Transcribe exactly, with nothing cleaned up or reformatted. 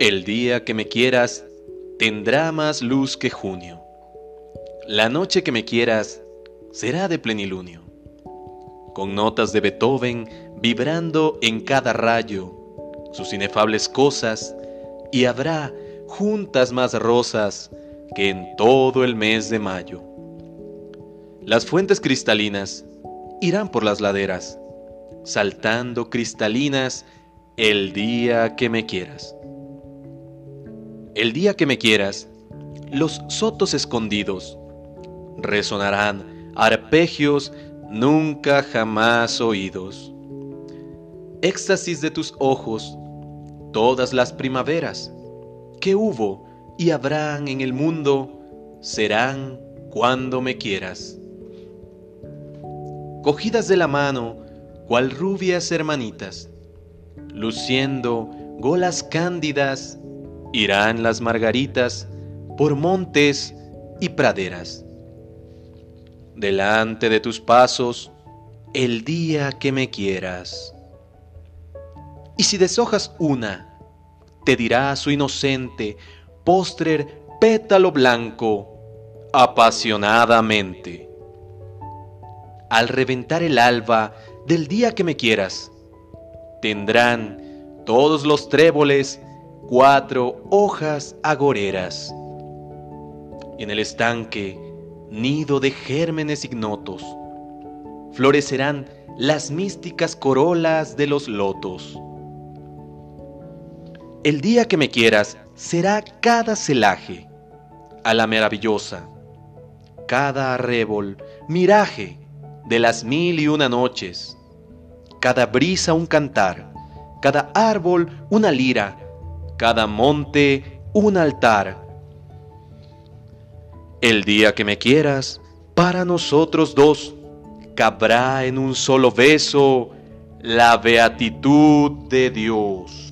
El día que me quieras tendrá más luz que junio. La noche que me quieras será de plenilunio, con notas de Beethoven vibrando en cada rayo sus inefables cosas, y habrá juntas más rosas que en todo el mes de mayo. Las fuentes cristalinas irán por las laderas, saltando cristalinas el día que me quieras. El día que me quieras, los sotos escondidos resonarán arpegios nunca jamás oídos. Éxtasis de tus ojos, todas las primaveras que hubo y habrán en el mundo serán cuando me quieras. Cogidas de la mano, cual rubias hermanitas, luciendo golas cándidas, irán las margaritas por montes y praderas. Delante de tus pasos, el día que me quieras. Y si deshojas una, te dirá su inocente postrer pétalo blanco, apasionadamente. Al reventar el alba del día que me quieras, tendrán todos los tréboles cuatro hojas agoreras. Y en el estanque, nido de gérmenes ignotos, florecerán las místicas corolas de los lotos. El día que me quieras será cada celaje a la maravillosa, cada arrebol miraje de las mil y una noches, cada brisa un cantar, cada árbol una lira, cada monte un altar. El día que me quieras, para nosotros dos, cabrá en un solo beso la beatitud de Dios.